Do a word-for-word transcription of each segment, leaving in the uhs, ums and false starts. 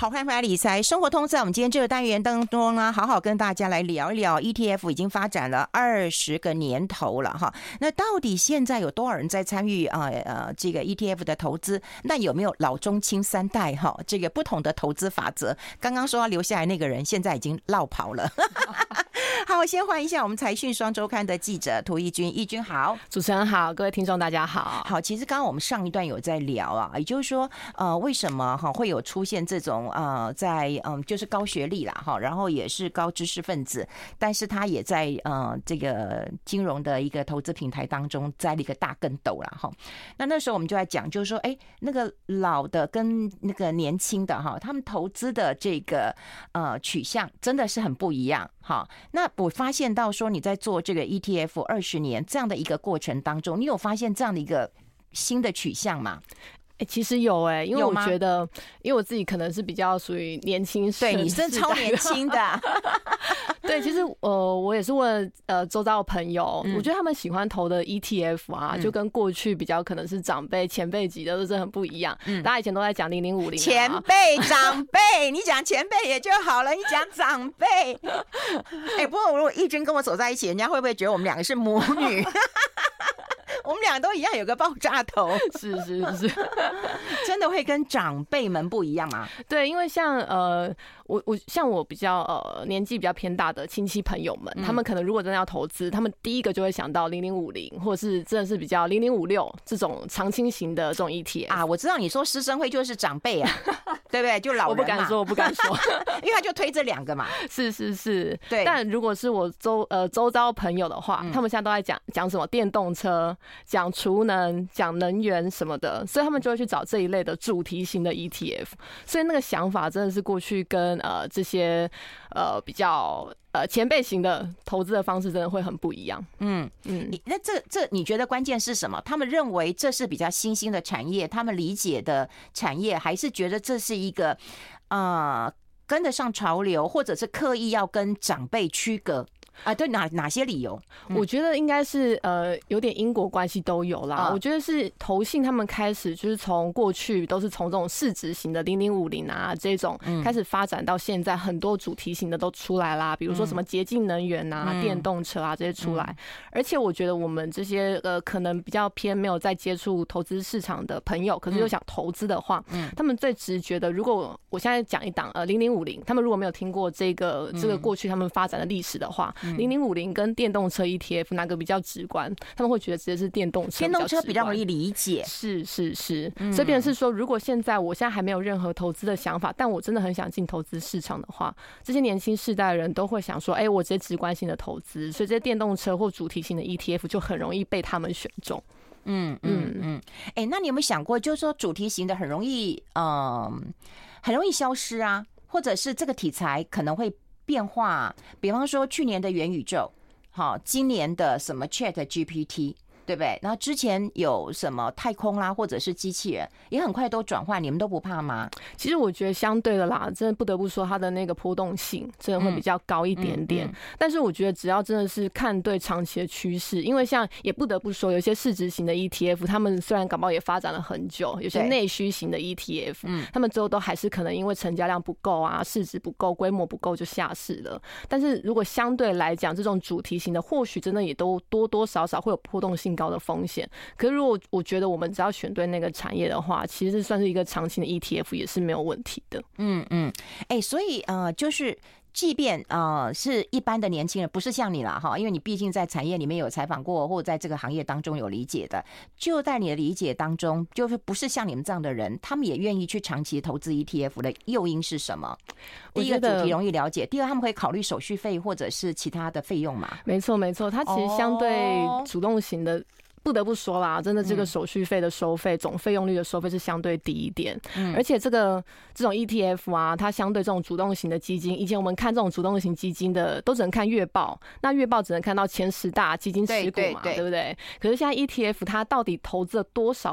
好，欢迎回来理财生活通。在我们今天这个单元当中呢，好好跟大家来聊一聊 E T F 已经发展了二十个年头了哈。那到底现在有多少人在参与啊呃这个 E T F 的投资？那有没有老中青三代哈？这个不同的投资法则？刚刚说要留下来那个人，现在已经落跑了。好，先欢迎一下我们财讯双周刊的记者涂奕君，奕君好。 主持人好，各位听众大家好。 好，其实刚刚我们上一段有在聊啊，也就是说，呃，为什么哈会有出现这种呃，在嗯就是高学历啦哈，然后也是高知识分子，但是他也在呃这个金融的一个投资平台当中栽了一个大跟斗啦哈。那那时候我们就在讲，就是说，哎，那个老的跟那个年轻的哈，他们投资的这个呃取向真的是很不一样。好，那我发现到说你在做这个 E T F 二十年这样的一个过程当中，你有发现这样的一个新的取向吗？ 欸、其实有哎、欸，因为我觉得，因为我自己可能是比较属于年轻世代， 对，你是超年轻的。 对，其实呃，我也是问呃周遭的朋友、嗯，我觉得他们喜欢投的 E T F 啊，嗯、就跟过去比较可能是长辈、前辈级的都是很不一样。嗯，大家以前都在讲零零五零， 前辈、长辈，你讲前辈也就好了，你讲长辈。哎、欸，不过如果奕君跟我走在一起，人家会不会觉得我们两个是母女？我们俩都一样有个爆炸头， 是是是， 真的会跟长辈们不一样吗？ 对，因为像呃，我我像我比较呃年纪比较偏大的亲戚朋友们、嗯，他们可能如果真的要投资，他们第一个就会想到零零五零，或者是真的是比较零零五六这种长青型的这种 E T F 啊。我知道你说施生辉就是长辈啊，对不对？就老人嘛。 我不敢说，我不敢说， 因为他就推这两个嘛。 是是是， 对。 但如果是我周呃周遭朋友的话，嗯、他们现在都在讲讲什么电动车。讲储能、讲能源什么的，所以他们就会去找这一类的主题型的 E T F。所以那个想法真的是过去跟呃这些呃比较呃前辈型的投资的方式真的会很不一样。嗯嗯，那这这你觉得关键是什么？他们认为这是比较新兴的产业，他们理解的产业，还是觉得这是一个呃跟得上潮流，或者是刻意要跟长辈区隔？啊，对，哪哪些理由？ 嗯、我觉得应该是呃有点因果关系都有啦。哦、我觉得是投信他们开始就是从过去都是从这种市值型的零零五零啊这种开始发展到现在，很多主题型的都出来啦，比如说什么洁净能源啊、嗯、电动车啊这些出来。嗯、而且我觉得我们这些呃可能比较偏没有在接触投资市场的朋友，可是又想投资的话，嗯、他们最直觉的，如果我现在讲一档呃零零五零，他们如果没有听过这个这个过去他们发展的历史的话。零零五零跟电动车 E T F 哪个比较直观？他们会觉得直接是电动车。 电动车比较容易理解， 是是是。嗯、所以变成是说，如果现在我现在还没有任何投资的想法，但我真的很想进投资市场的话，这些年轻世代的人都会想说：“哎、欸，我直接直观性的投资。”所以这些电动车或主题型的 E T F 就很容易被他们选中。 嗯嗯嗯。哎、欸，那你有没有想过，就是说主题型的很容易，嗯、呃，很容易消失啊，或者是这个题材可能会变化，比方说去年的元宇宙，好，今年的什么 Chat G P T， 对不对？然后之前有什么太空啦，或者是机器人，也很快都转换，你们都不怕吗？ 其实我觉得相对的啦，真的不得不说它的那个波动性真的会比较高一点点。嗯嗯嗯、但是我觉得只要真的是看对长期的趋势，因为像也不得不说，有些市值型的 E T F， 他们虽然搞不好也发展了很久，有些内需型的 E T F， 他们最后都还是可能因为成交量不够啊，市值不够，规模不够就下市了。但是如果相对来讲，这种主题型的，或许真的也都多多少少会有波动性高的风险。可是如果我觉得我们只要选对那个产业的话，其实算是一个长期的 E T F 也是没有问题的。 嗯嗯，哎、欸，所以呃，就是即便呃是一般的年轻人，不是像你啦哈，因为你毕竟在产业里面有采访过，或者在这个行业当中有理解的，就在你的理解当中，就是不是像你们这样的人，他们也愿意去长期投资 E T F 的诱因是什么？第一个主题容易了解，第二他们会考虑手续费或者是其他的费用嘛？ 没错没错，它其实相对主动型的。不得不说啦，真的这个手续费的收费、嗯、总费用率的收费是相对低一点，嗯、而且这个这种 E T F 啊，它相对这种主动型的基金，以前我们看这种主动型基金的都只能看月报，那月报只能看到前十大基金持股嘛， 对, 对, 对, 对不对？可是现在 E T F 它到底投资了多少档？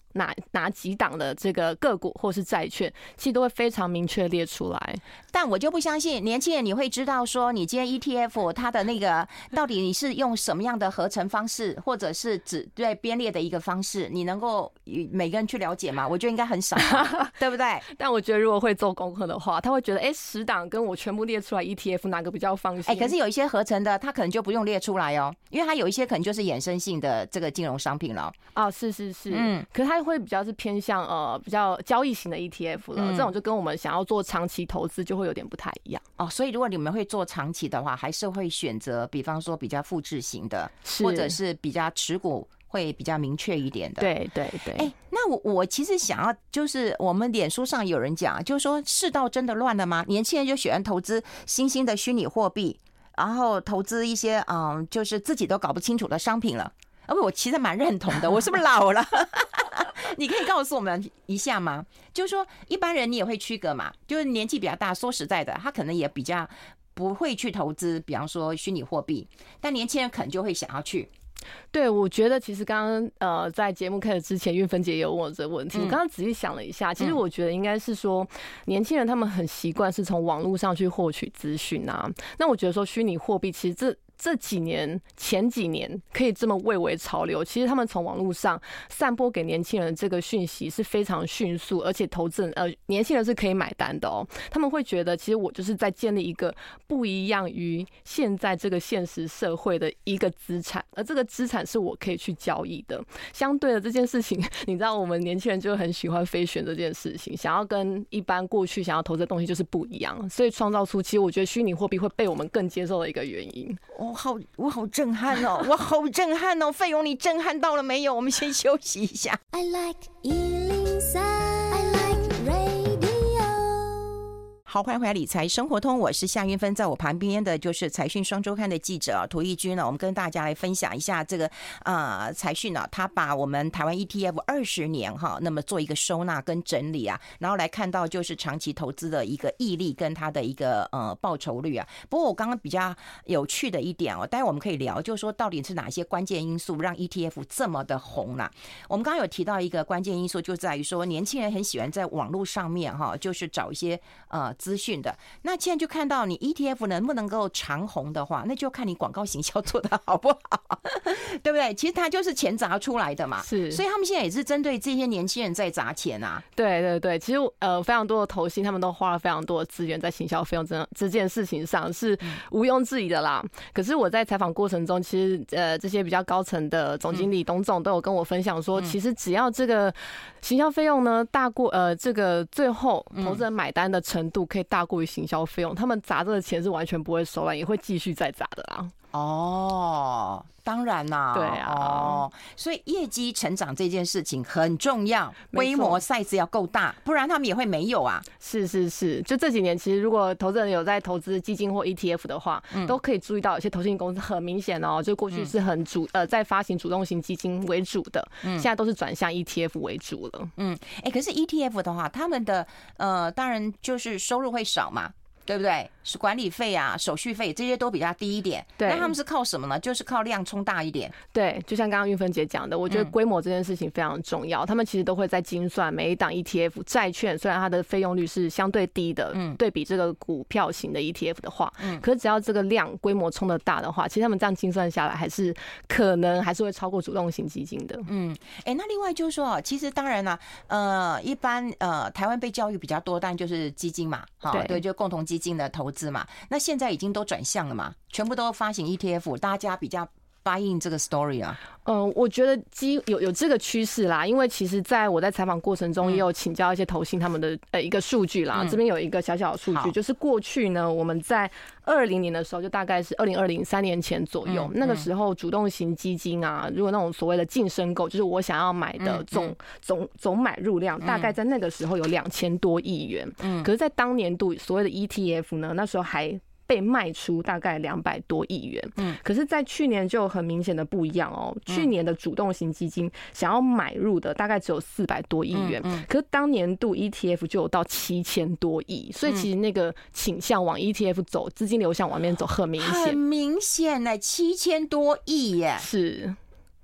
哪哪几档的这个个股或是债券，其实都会非常明确列出来。 但我就不相信年轻人你会知道说你今天 E T F 它的那个到底你是用什么样的合成方式，或者是指对编列的一个方式，你能够每个人去了解吗？我觉得应该很少，对不对？ 但我觉得如果会做功课的话，他会觉得哎，十档跟我全部列出来 E T F 哪个比较放心？ 哎，可是有一些合成的，它可能就不用列出来哦，因为它有一些可能就是衍生性的这个金融商品了。 啊，是是是，嗯，可是它会比较是偏向呃比较交易型的 E T F 了，嗯、这种就跟我们想要做长期投资就会有点不太一样哦。所以如果你们会做长期的话，还是会选择比方说比较复制型的，或者是比较持股会比较明确一点的。 对对对。 哎、欸，那我我其实想要就是我们脸书上有人讲，就是说世道真的乱了吗？年轻人就喜欢投资新兴的虚拟货币，然后投资一些嗯，就是自己都搞不清楚的商品了。而我其实蛮认同的，我是不是老了？你可以告诉我们一下吗？就是说一般人你也会区隔嘛，就是年纪比较大，说实在的，他可能也比较不会去投资，比方说虚拟货币，但年轻人可能就会想要去。 对，我觉得其实刚刚呃在节目开始之前，韵芬姐也有问我这个问题。嗯、我刚刚仔细想了一下，其实我觉得应该是说，年轻人他们很习惯是从网络上去获取资讯啊。那我觉得说虚拟货币，其实这。这几年前几年可以这么蔚为潮流，其实他们从网络上散播给年轻人这个讯息是非常迅速，而且投资人呃年轻人是可以买单的哦。他们会觉得，其实我就是在建立一个不一样于现在这个现实社会的一个资产，而这个资产是我可以去交易的。相对的这件事情，你知道我们年轻人就很喜欢飞旋这件事情，想要跟一般过去想要投资的东西就是不一样，所以创造出其实我觉得虚拟货币会被我们更接受的一个原因。 我好，我好震撼哦！我好震撼哦！费勇，你震撼到了没有？我们先休息一下。I like 一零三 I like radio。好，欢迎回来理财生活通，我是夏云芬，在我旁边的就是财讯双周刊的记者涂奕君呢。我们跟大家来分享一下这个呃财讯呢，他把我们台湾 E T F 二十年哈，那么做一个收纳跟整理啊，然后来看到就是长期投资的一个毅力跟它的一个呃报酬率啊。不过我刚刚比较有趣的一点哦，待会我们可以聊，就是说到底是哪些关键因素让 E T F 这么的红啦、啊？我们刚刚有提到一个关键因素，就在于说年轻人很喜欢在网络上面哈，就是找一些呃。资讯的，那现在就看到你 E T F 能不能够长红的话，那就看你广告行销做的好不好，对不对？其实它就是钱砸出来的嘛， 是， 所以他们现在也是针对这些年轻人在砸钱啊。 对对对，其实呃非常多的投信，他们都花了非常多的资源在行销费用这这件事情上，是毋庸置疑的啦。嗯、可是我在采访过程中，其实呃这些比较高层的总经理、董总都有跟我分享说，嗯、其实只要这个行销费用呢大过呃这个最后投资人买单的程度。可以大过于行销费用，他们砸这个钱是完全不会手软，也会继续再砸的啦。 哦，当然啦， 对啊， 哦，所以业绩成长这件事情很重要，规模 size 要够大，不然他们也会没有啊。 是是是，就这几年，其实如果投资人有在投资基金或 E T F 的话，嗯、都可以注意到，有些投信公司很明显哦，就过去是很主、嗯、呃在发行主动型基金为主的，嗯、现在都是转向 E T F 为主了。 嗯，哎、欸，可是 E T F 的话，他们的呃，当然就是收入会少嘛。对不对？是管理费啊、手续费这些都比较低一点。对，那他们是靠什么呢？就是靠量冲大一点。 对，就像刚刚韵芬姐讲的，我觉得规模这件事情非常重要。嗯、他们其实都会在精算每一档 E T F 债券，虽然它的费用率是相对低的，嗯，对比这个股票型的 E T F 的话，嗯，可是只要这个量规模冲得大的话，其实他们这样精算下来，还是可能还是会超过主动型基金的。 嗯，哎，那另外就是说，其实当然啦，呃，一般呃台湾被教育比较多，但就是基金嘛，对对，就共同基金。金的投资嘛，那现在已经都转向了嘛，全部都发行 E T F， 大家比较buy in这个 story 啊。 嗯、呃，我觉得基有有这个趋势啦，因为其实在我在采访过程中也有请教一些投信他们的呃一个数据啦，嗯、这边有一个小小的数据，就是过去呢我们在二零年的时候，就大概是二零二零三年前左右，嗯、那个时候主动型基金啊，如果那种所谓的净申购，就是我想要买的总、嗯、总总买入量，大概在那个时候有两千多亿元，嗯，可是，在当年度所谓的 E T F 呢，那时候还被卖出大概两百多亿元，嗯，可是，在去年就很明显的不一样哦。嗯、去年的主动型基金想要买入的大概只有四百多亿元，嗯嗯、可是当年度 E T F 就有到七千多亿，所以其实那个倾向往 E T F 走，资金流向往那边走很明显， 很明显呢，七千多亿耶， 是。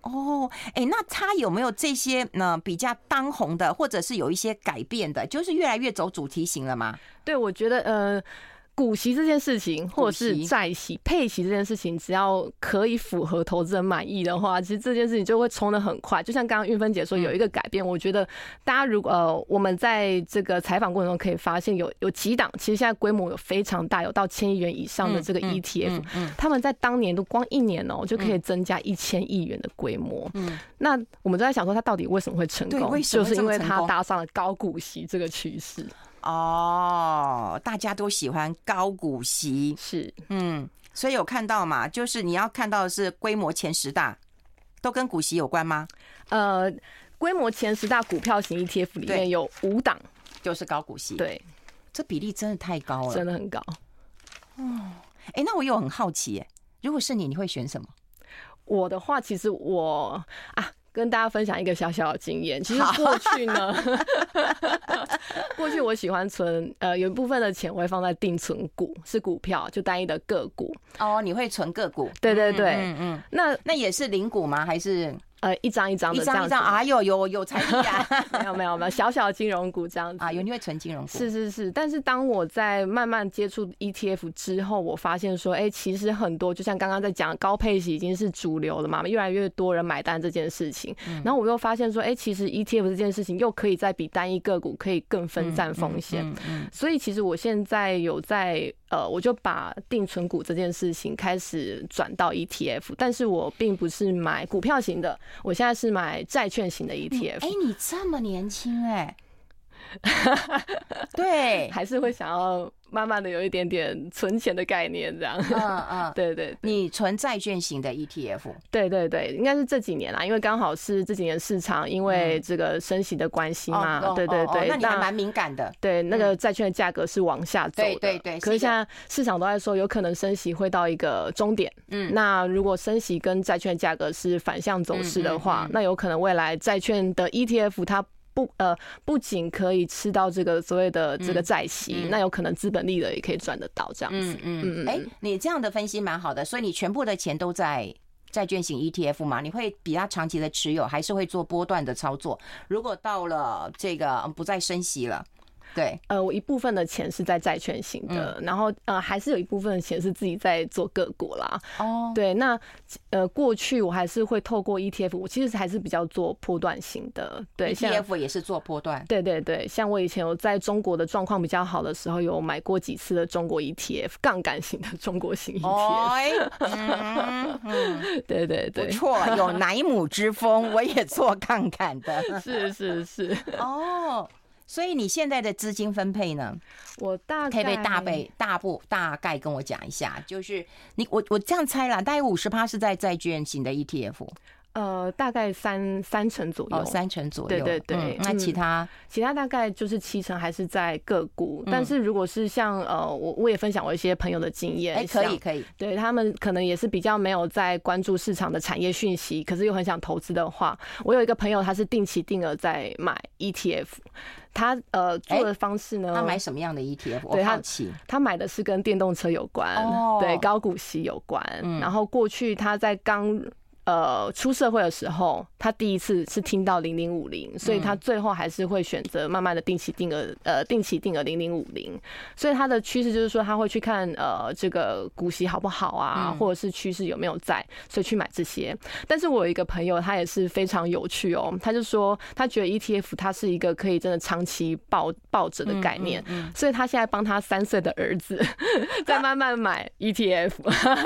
哦，哎，那它有没有这些呢比较当红的，或者是有一些改变的，就是越来越走主题型了吗？ 对，我觉得呃。股息这件事情，或者是债息、配息这件事情，只要可以符合投资人满意的话，其实这件事情就会冲得很快。就像刚刚韵芬姐说，有一个改变，我觉得大家如果呃，我们在这个采访过程中可以发现有，有有几档，其实现在规模有非常大，有到千亿元以上的这个 E T F，、嗯嗯嗯、他们在当年都光一年哦、喔、就可以增加一千亿元的规模。嗯，那我们都在想说，它到底为什么会成功？ 为什么就是因为它搭上了高股息这个趋势。 哦，大家都喜欢高股息， 是， 嗯，所以有看到嘛？就是你要看到的是规模前十大，都跟股息有关吗？呃， 规模前十大股票型 E T F 里面有五档就是高股息， 对， 这比例真的太高了， 真的很高。 哦，哎，那我有很好奇，哎，如果是你，你会选什么？ 我的话，其实我啊。跟大家分享一个小小的经验，其实过去呢，过去我喜欢存，呃，有一部分的钱我会放在定存股，是股票，就单一的个股。 哦，你会存个股？ 对对对， 嗯 嗯, 嗯，那那也是零股吗？还是？ 呃，一张一张的这样子， 一张一张，哎呦，有有财力啊！ 没有没有没有，小小的金融股这样子啊，有你会存金融股， 是是是。但是当我在慢慢接触 E T F 之后，我发现说，哎、欸，其实很多就像刚刚在讲，高配息已经是主流了嘛，越来越多人买单这件事情。嗯、然后我又发现说，哎、欸，其实 E T F 这件事情又可以再比单一个股可以更分散风险。嗯嗯嗯嗯、所以其实我现在有在。呃，我就把定存股这件事情开始转到 E T F， 但是我并不是买股票型的，我现在是买债券型的 E T F。 哎、欸，你这么年轻哎、欸，对， 还是会想要慢慢的有一点点存钱的概念，这样。嗯嗯，对对对， 你存债券型的 E T F， 对对对，应该是这几年啦，因为刚好是这几年市场因为这个升息的关系嘛，嗯、对对对， 哦哦、那你还蛮敏感的。 对，那个债券的价格是往下走的， 对对对。 可是现在市场都在说，有可能升息会到一个终点。嗯，那如果升息跟债券价格是反向走势的话，嗯嗯嗯、那有可能未来债券的 E T F 它。不呃，不仅可以吃到这个所谓的这个债息，嗯嗯、那有可能资本利得也可以赚得到这样子。 嗯嗯，哎、欸，你这样的分析蛮好的，所以你全部的钱都在债券型 E T F 嘛？你会比较长期的持有，还是会做波段的操作？如果到了这个不再升息了？对， 呃，我一部分的钱是在债券型的，嗯、然后呃，还是有一部分的钱是自己在做个股啦。哦，对，那呃，过去我还是会透过 E T F， 我其实还是比较做波段型的。对 ，E T F 也是做波段。 对对对，像我以前有在中国的状况比较好的时候，有买过几次的中国 E T F， 杠杆型的中国型 E T F。哦，嗯嗯，对对对， 不错，有乃母之风，我也做杠杆的。 是是是。 哦。所以你现在的资金分配呢？ 我大概可以被大倍大部大概跟我讲一下，就是你我我这样猜啦，大概五十趴是在债券型的 E T F。 呃，大概三三成左右， 哦，三成左右， 对对对。嗯、 那其他、嗯、 其他大概就是七成还是在个股，嗯、但是如果是像呃，我我也分享我一些朋友的经验， 哎、欸，可以可以， 对他们可能也是比较没有在关注市场的产业讯息，可是又很想投资的话，我有一个朋友他是定期定额在买 E T F。他呃做的方式呢？ 他买什么样的 E T F？ 我好奇。 他买的是跟电动车有关，哦、对高股息有关。嗯、然后过去他在刚呃出社会的时候，他第一次是听到零零五零，所以他最后还是会选择慢慢的定期定额呃定期定额零零五零。所以他的趋势就是说他会去看呃这个股息好不好啊，嗯、或者是趋势有没有在，所以去买这些。但是我有一个朋友，他也是非常有趣哦，他就说他觉得 E T F 它是一个可以真的长期抱抱着的概念，嗯嗯嗯、所以他现在帮他三岁的儿子在慢慢买 E T F。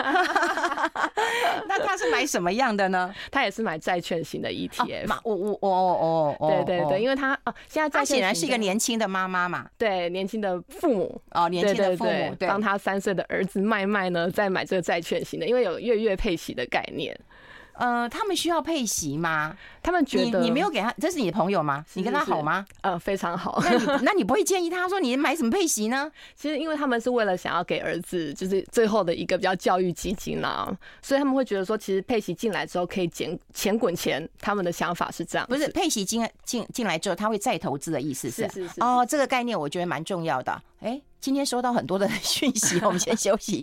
那他是买什么样的呢？ 他也是买债券型的 E T F。 哦，我我我哦哦， 对对对，因为他哦，现在债券型的，他显然是一个年轻的妈妈嘛， 对，年轻的父母哦，年轻的父母， 对，帮他三岁的儿子卖卖呢，再买这个债券型的，因为有月月配息的概念。 呃，他们需要配息吗？ 他们觉得你, 你没有给他，这是你的朋友吗？你跟他好吗？ 呃，非常好。 那你那你不会建议他说你买什么配息呢？ 其实因为他们是为了想要给儿子就是最后的一个比较教育基金啦，所以他们会觉得说，其实配息进来之后可以钱钱滚钱，他们的想法是这样。 不是配息进进进来之后，他会再投资的意思是？ 是是 是, 是哦，这个概念我觉得蛮重要的。哎、欸，今天收到很多的讯息，我们先休息。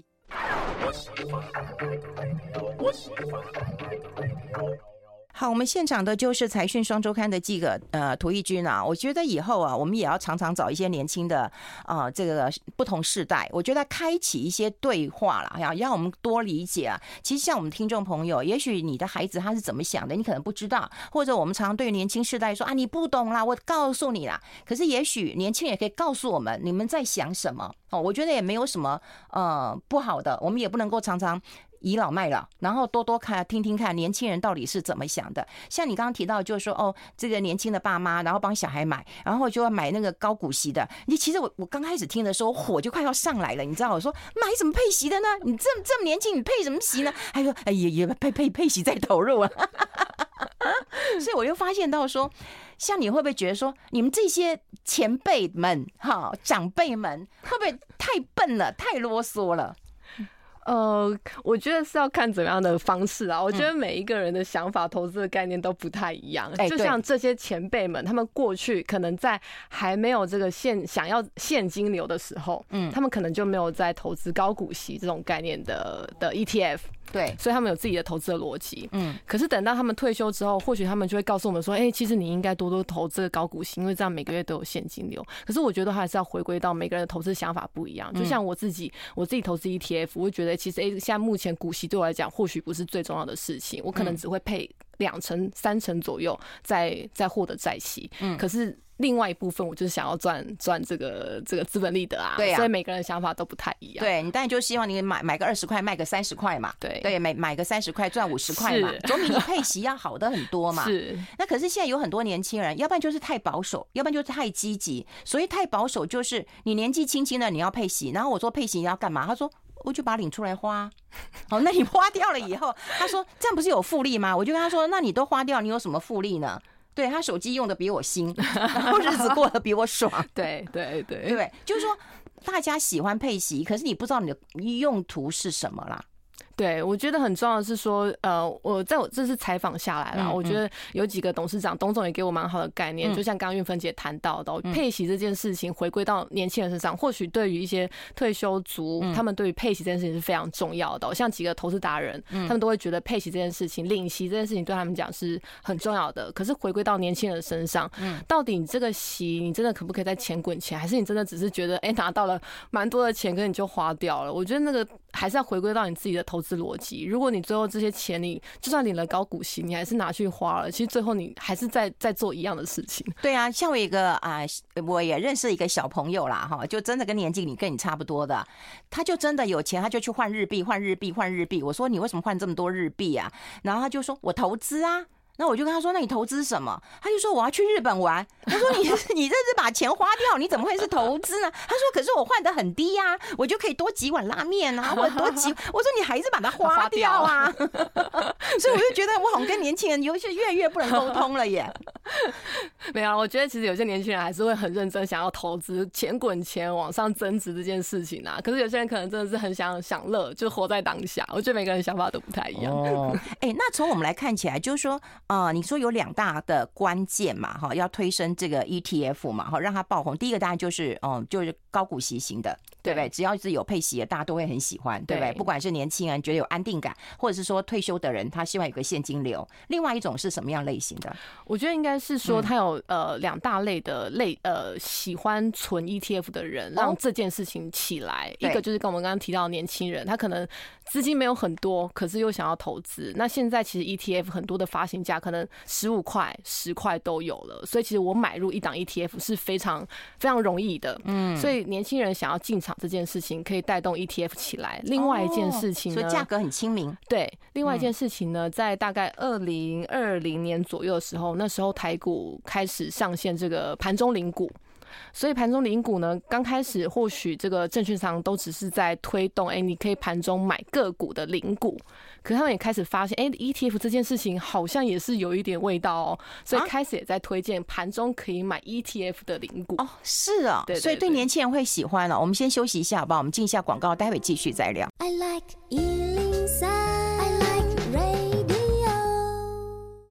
好，我们现场的就是财讯双周刊的记者呃涂奕君啊，我觉得以后啊，我们也要常常找一些年轻的啊、呃、这个不同世代，我觉得开启一些对话啦，要让我们多理解啊。其实像我们听众朋友，也许你的孩子他是怎么想的，你可能不知道，或者我们常常对年轻世代说啊你不懂啦，我告诉你啦。可是也许年轻人也可以告诉我们你们在想什么哦，我觉得也没有什么呃不好的，我们也不能够常常倚老卖老，然后多多看听听看年轻人到底是怎么想的。像你刚刚提到就是说哦，这个年轻的爸妈然后帮小孩买，然后就要买那个高股息的，你其实我我刚开始听的时候火就快要上来了，你知道我说买什么配息的呢，你这么这么年轻你配什么息呢，还说哎也也配配配息再投入啊所以我就发现到说，像你会不会觉得说你们这些前辈们哈长辈们会不会太笨了太啰嗦了？ 呃，我觉得是要看怎么样的方式啊。我觉得每一个人的想法、投资的概念都不太一样。 嗯、 就像这些前辈们，他们过去可能在还没有这个现想要现金流的时候，嗯，他们可能就没有在投资高股息这种概念的的 E T F。对，所以他们有自己的投资的逻辑。嗯，可是等到他们退休之后，或许他们就会告诉我们说：“哎、欸，其实你应该多多投这个高股息，因为这样每个月都有现金流。”可是我觉得还是要回归到每个人的投资想法不一样。就像我自己，我自己投资 E T F， 我会觉得其实哎、欸，现在目前股息对我来讲，或许不是最重要的事情，我可能只会配两成、三成左右，再再获得债息。嗯，可是另外一部分我就是想要赚赚这个这个资本利得啊，对啊，所以每个人的想法都不太一样。 对，你当然就希望你买买个二十块，卖个三十块嘛。对对，买买个三十块赚五十块嘛，总比你配息要好的很多嘛。是。那可是现在有很多年轻人，要不然就是太保守，要不然就是太积极。所以太保守就是你年纪轻轻的你要配息，然后我说配息你要干嘛？他说我就把它领出来花。好，那你花掉了以后，他说这样不是有复利吗？我就跟他说，那你都花掉，你有什么复利呢？对，他手机用的比我新，然后日子过得比我爽。 对对对， 对不对？就是说，大家喜欢配息，可是你不知道你的用途是什么啦。 对，我觉得很重要的是说，呃，我在我这次采访下来啦、嗯嗯，我觉得有几个董事长，董总也给我蛮好的概念，嗯、就像刚刚韵芬姐谈到的、嗯，配息这件事情回归到年轻人身上，或许对于一些退休族、嗯，他们对于配息这件事情是非常重要的。像几个投资达人、嗯，他们都会觉得配息这件事情、领息这件事情对他们讲是很重要的。可是回归到年轻人身上，嗯，到底你这个息，你真的可不可以再钱滚钱，还是你真的只是觉得，哎、欸，拿到了蛮多的钱，可是你就花掉了？我觉得那个还是要回归到你自己的投资逻辑。如果你最后这些钱，你就算领了高股息，你还是拿去花了，其实最后你还是在在做一样的事情。 对啊，像我一个啊、呃，我也认识一个小朋友啦，哈，就真的跟年纪你跟你差不多的，他就真的有钱，他就去换日币，换日币，换日币。我说你为什么换这么多日币啊？然后他就说我投资啊。那我就跟他说，那你投资什么？他就说我要去日本玩。他说你你这是把钱花掉，你怎么会是投资呢？他说可是我换得很低啊，我就可以多几碗拉面啊，或者多几。我说你还是把它花掉啊。所以我就觉得我好像跟年轻人有些越来越不能沟通了耶。 没有，我觉得其实有些年轻人还是会很认真想要投资，钱滚钱往上增值这件事情啊。可是有些人可能真的是很想享乐，就活在当下。我觉得每个人想法都不太一样。 哦，哎、欸，那从我们来看起来，就是说。呃，你说有两大的关键嘛，哈，要推升这个 E T F 嘛，哈，让它爆红。第一个当然就是，嗯，就是高股息型的，对不对？只要是有配息的，大家都会很喜欢，对不对？不管是年轻人觉得有安定感，或者是说退休的人，他希望有个现金流。另外一种是什么样类型的？ 我觉得应该是说，他有呃两大类的类呃喜欢存 E T F 的人，让这件事情起来。一个就是跟我们刚刚提到的年轻人，他可能资金没有很多，可是又想要投资。那现在其实 E T F 很多的发行价可能十五块、十块都有了，所以其实我买入一档 E T F 是非常非常容易的。嗯，所以年轻人想要进场这件事情，可以带动 E T F 起来。另外一件事情呢， 哦、所以价格很亲民。 对，另外一件事情呢，在大概二零二零年左右的时候，那时候台股开始上线这个盘中零股。所以盘中零股呢，刚开始或许这个证券商都只是在推动，哎、欸，你可以盘中买个股的零股，可是他们也开始发现，哎、欸、，E T F 这件事情好像也是有一点味道哦，所以开始也在推荐盘中可以买 E T F 的零股。 哦，是啊、哦，所以对年轻人会喜欢了、哦。我们先休息一下，好不好？我们进一下广告，待会继续再聊。I like 一零三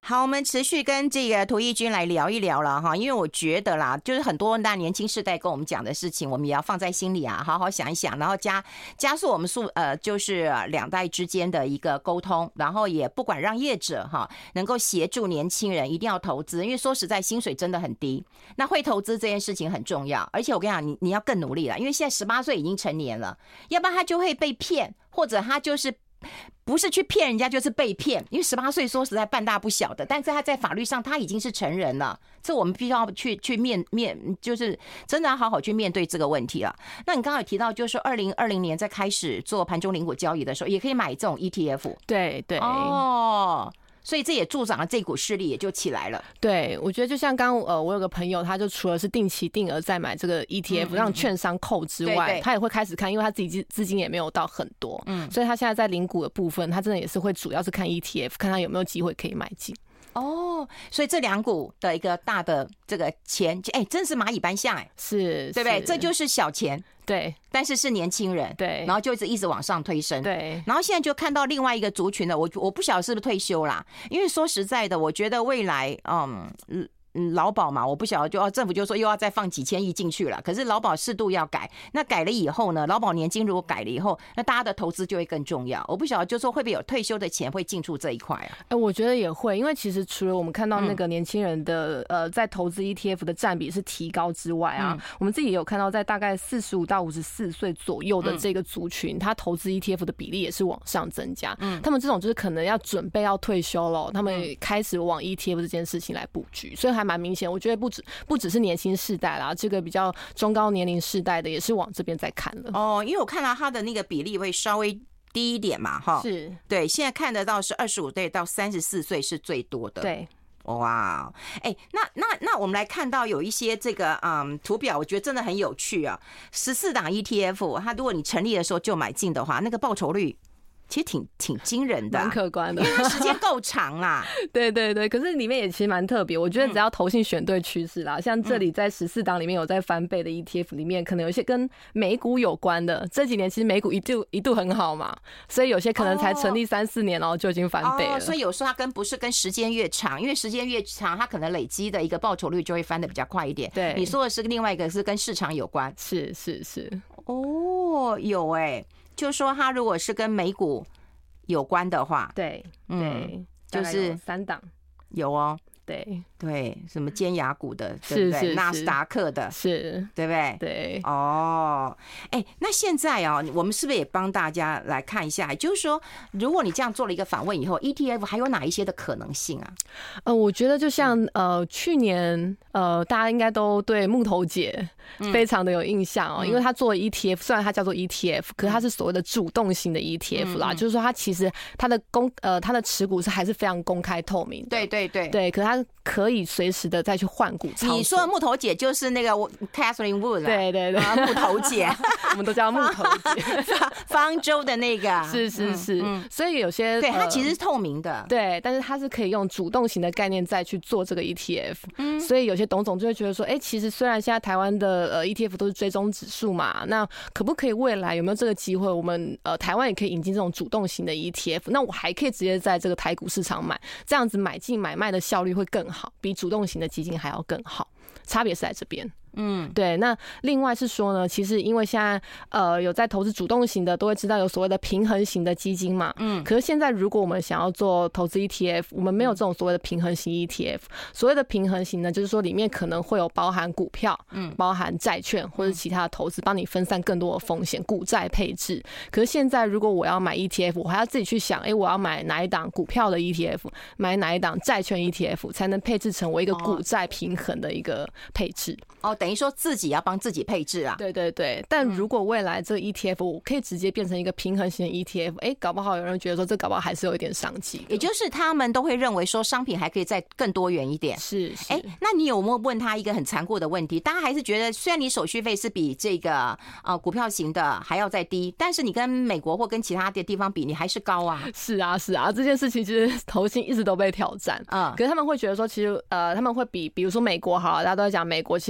好，我们持续跟这个涂奕君来聊一聊了哈，因为我觉得啦，就是很多那年轻世代跟我们讲的事情，我们也要放在心里啊，好好想一想，然后加加速我们速呃，就是两代之间的一个沟通，然后也不管让业者哈能够协助年轻人一定要投资，因为说实在薪水真的很低，那会投资这件事情很重要，而且我跟你讲，你你要更努力了，因为现在十八岁已经成年了，要不然他就会被骗，或者他就是。不是去骗人家，就是被骗。因为十八岁说实在半大不小的，但是他在法律上他已经是成人了，这我们必须要去去面面，就是真的要好好去面对这个问题了。那你刚刚有提到，就是二零二零年在开始做盘中零股交易的时候，也可以买这种 E T F。 对对哦。所以这也助长了这股势力，也就起来了。 对，我觉得就像刚呃，我有个朋友，他就除了是定期定额在买这个 E T F，、嗯、让券商扣之外，对对，他也会开始看，因为他自己资金也没有到很多，嗯，所以他现在在零股的部分，他真的也是会主要是看 E T F， 看他有没有机会可以买进。 哦，所以这两股的一个大的这个钱，哎、欸，真是蚂蚁搬象，哎， 是， 对不对？这就是小钱。 对，但是是年轻人， 对， 然后就一直一直往上推升， 对， 然后现在就看到另外一个族群的，我我不晓得是不是退休啦，因为说实在的，我觉得未来，嗯。嗯，劳保嘛，我不晓得就，就政府就说又要再放几千亿进去了。可是劳保适度要改，那改了以后呢，劳保年金如果改了以后，那大家的投资就会更重要。我不晓得就说会不会有退休的钱会进驻这一块啊？ 哎、欸，我觉得也会，因为其实除了我们看到那个年轻人的、嗯、呃在投资 E T F 的占比是提高之外啊，嗯、我们自己也有看到在大概四十五到五十四岁左右的这个族群，他、嗯、投资 E T F 的比例也是往上增加。嗯，他们这种就是可能要准备要退休了，他们开始往 E T F 这件事情来布局，所以还蛮明显。我觉得不止不只是年轻世代啦，这个比较中高年龄世代的也是往这边在看了。 哦，因为我看到它的那个比例会稍微低一点嘛，哈， 是， 对，现在看得到是二十五岁到三十四岁是最多的， 对。 哇，哎、欸，那那那我们来看到有一些这个嗯图表，我觉得真的很有趣啊。十四档 E T F， 它如果你成立的时候就买进的话，那个报酬率。其实挺挺惊人的、啊， 蛮可观的， 因为它时间够长啦。 对对对，可是里面也其实蛮特别。我觉得只要投信选对趋势啦，嗯、像这里在十四档里面有在翻倍的 E T F 里面，可能有一些跟美股有关的。这几年其实美股一度一度很好嘛，所以有些可能才成立三四年，然后就已经翻倍了。 哦、所以有时候它跟不是跟时间越长，因为时间越长，它可能累积的一个报酬率就会翻得比较快一点。 对， 你说的是另外一个是跟市场有关， 是是是。 哦，有哎、欸，就是说它如果是跟美股有关的话， 对，嗯， 就是三档有哦， 对对，什么尖牙股的，对不对？纳斯达克的， 是， 对不对？ 对， 哦，哎，那现在哦，我们是不是也帮大家来看一下？就是说，如果你这样做了一个访问以后 ，E T F 还有哪一些的可能性啊？ 呃，我觉得就像呃，去年呃，大家应该都对木头姐非常的有印象哦，嗯、因为她做 E T F， 虽然它叫做 E T F， 可是它是所谓的主动型的 E T F 啦，嗯、就是说它其实它的公呃它的持股是还是非常公开透明的， 对对对对，可是它可以随时的再去换股操作。 你说的木头姐就是那个 Catherine Wood， 对对对， 木头姐， 我们都叫木头姐， 方舟的那个， 是是是，嗯嗯、所以有些对它其实是透明的， 呃，对，但是它是可以用主动型的概念再去做这个 E T F，嗯、所以有些董总就会觉得说，哎、欸，其实虽然现在台湾的呃 E T F 都是追踪指数嘛，那可不可以未来有没有这个机会，我们呃台湾也可以引进这种主动型的 E T F， 那我还可以直接在这个台股市场买，这样子买进买卖的效率会更好，比主动型的基金还要更好，差别是在这边。嗯，对。那另外是说呢，其实因为现在呃有在投资主动型的，都会知道有所谓的平衡型的基金嘛。嗯。可是现在如果我们想要做投资 E T F， 我们没有这种所谓的平衡型 E T F。所谓的平衡型呢，就是说里面可能会有包含股票，嗯，包含债券或者其他的投资，帮你分散更多的风险，股债配置。可是现在如果我要买 E T F， 我还要自己去想，哎、欸，我要买哪一档股票的 E T F， 买哪一档债券 E T F， 才能配置成我一个股债平衡的一个配置。 哦，等于说自己要帮自己配置啊。 对对对，但如果未来这个 E T F 我可以直接变成一个平衡型的 E T F， 哎，搞不好有人觉得说这搞不好还是有一点商机。 也就是他们都会认为说商品还可以再更多元一点。 是是。 哎，那你有没有问他一个很残酷的问题？大家还是觉得虽然你手续费是比这个呃股票型的还要再低，但是你跟美国或跟其他的地方比，你还是高啊。 是啊是啊，这件事情其实投信一直都被挑战。嗯。可是他们会觉得说，其实呃他们会比比如说美国好了，大家都在讲美国其实那个手续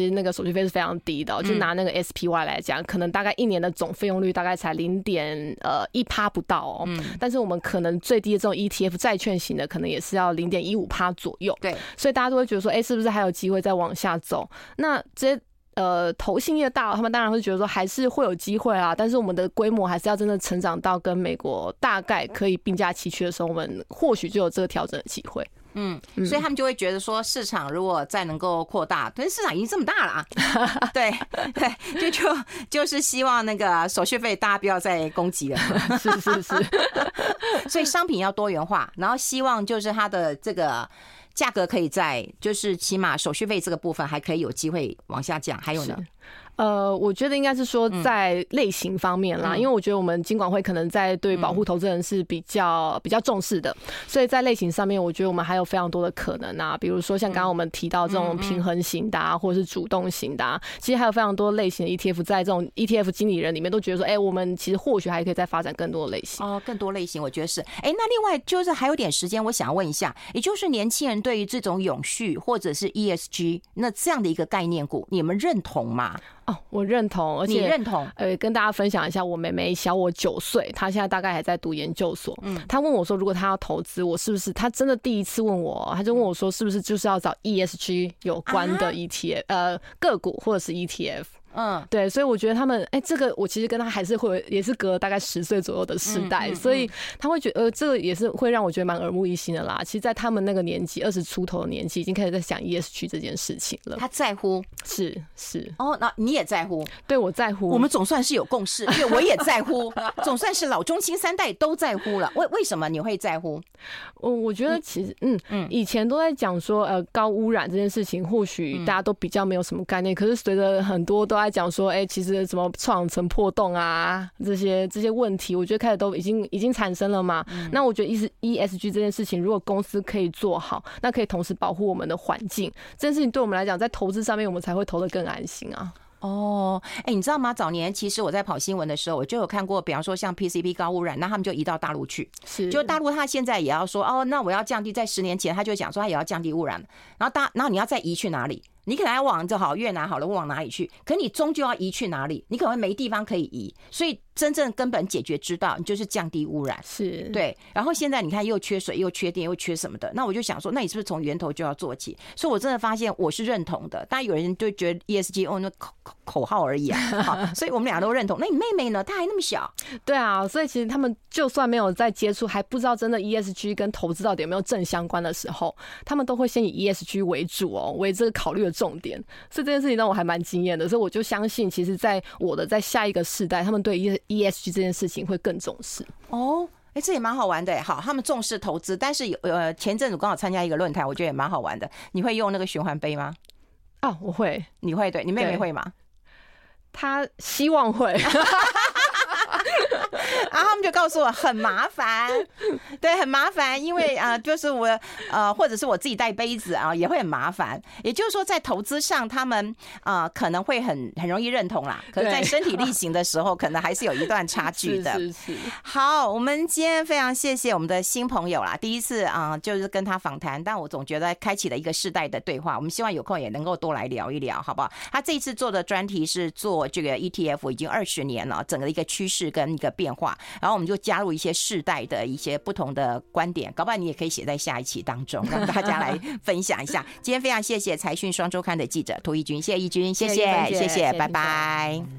续费是非常低的、哦，就拿那个 S P Y 来讲，可能大概一年的总费用率大概才零点呃一趴不到哦。嗯，但是我们可能最低的这种 E T F 债券型的，可能也是要零点一五趴左右。 对， 所以大家都会觉得说，哎、欸，是不是还有机会再往下走？那这些呃投信业大佬他们当然会觉得说，还是会有机会啦，但是我们的规模还是要真的成长到跟美国大概可以并驾齐驱的时候，我们或许就有这个调整的机会。 嗯，所以他们就会觉得说，市场如果再能够扩大，但是市场已经这么大了啊，对对，就就就是希望那个手续费大家不要再攻击了， 是是是， 所以商品要多元化，然后希望就是它的这个价格可以在，就是起码手续费这个部分还可以有机会往下降，还有呢？ 呃，我觉得应该是说在类型方面啦，嗯、因为我觉得我们金管会可能在对保护投资人是比较、嗯、比较重视的，所以在类型上面，我觉得我们还有非常多的可能啊，比如说像刚刚我们提到这种平衡型的、啊，或者是主动型的、啊，其实还有非常多类型的 E T F， 在这种 E T F 经理人里面都觉得说，哎、欸，我们其实或许还可以再发展更多的类型哦，更多类型，我觉得是。哎、欸，那另外就是还有点时间，我想要问一下，也就是年轻人对于这种永续或者是 E S G 那这样的一个概念股，你们认同吗？ 哦，我认同，而且你认同？ 呃，跟大家分享一下，我妹妹小我九岁，她现在大概还在读研究所。嗯，她问我说，如果她要投资，我是不是？她真的第一次问我，她就问我说，是不是就是要找 E S G 有关的 E T F，、啊、呃，个股或者是 E T F。嗯，对，所以我觉得他们，哎、欸，这个我其实跟他还是会，也是隔了大概十岁左右的世代，嗯嗯嗯，所以他会觉得，呃，这个也是会让我觉得蛮耳目一新的啦。其实，在他们那个年纪，二十出头的年纪，已经开始在想 E S G 这件事情了。 他在乎， 是是。 哦，那你也在乎？ 对，我在乎。 我们总算是有共识，因为我也在乎，总算是老中青三代都在乎了。为为什么你会在乎？ 我我觉得其实，嗯嗯，以前都在讲说，呃，高污染这件事情，或许大家都比较没有什么概念。嗯、可是随着很多都在讲说，哎、欸，其实什么臭氧层破洞啊，这些这些问题，我觉得开始都已经已经产生了嘛。嗯、那我觉得 E S G 这件事情，如果公司可以做好，那可以同时保护我们的环境，这件事情对我们来讲，在投资上面，我们才会投得更安心啊。 哦，哎、欸，你知道吗？早年其实我在跑新闻的时候，我就有看过，比方说像 P C B 高污染，那他们就移到大陆去， 是， 就大陆他现在也要说，哦，那我要降低，在十年前他就讲说他也要降低污染，然后大，然后你要再移去哪里？你可能要往就好越南好了，往哪里去？可你终究要移去哪里？你可能没地方可以移，所以真正根本解决之道，你就是降低污染。 是， 对。然后现在你看又缺水，又缺电，又缺什么的，那我就想说，那你是不是从源头就要做起？所以我真的发现我是认同的。当然有人就觉得 E S G 哦，那口口号而已啊。好，所以我们俩都认同。那你妹妹呢？她还那么小。 对啊，所以其实他们就算没有在接触，还不知道真的 E S G 跟投资到底有没有正相关的时候，他们都会先以 E S G 为主哦，为这个考虑的重点。所以这件事情让我还蛮惊艳的，所以我就相信，其实，在我的在下一个世代，他们对 E S G 这件事情会更重视。 哦，哎、欸，这也蛮好玩的。好，他们重视投资，但是有呃，前阵子刚好参加一个论坛，我觉得也蛮好玩的。你会用那个循环杯吗？ 啊，我会。 你会？对，你妹妹会吗？ 她希望会。 然后他们就告诉我很麻烦，对，很麻烦，因为啊、呃，就是我呃，或者是我自己带杯子啊，也会很麻烦。也就是说，在投资上，他们啊、呃、可能会很很容易认同啦，可是在身体力行的时候，可能还是有一段差距的。 是是是。 好，我们今天非常谢谢我们的新朋友啦，第一次啊、呃、就是跟他访谈，但我总觉得开启了一个世代的对话。我们希望有空也能够多来聊一聊，好不好？他这一次做的专题是做这个 E T F 已经二十年了，整个一个趋势跟一个变化。然后我们就加入一些世代的一些不同的观点，搞不好你也可以写在下一期当中，让大家来分享一下。今天非常谢谢财讯双周刊的记者涂奕君，谢谢奕君，谢谢，谢谢，拜拜。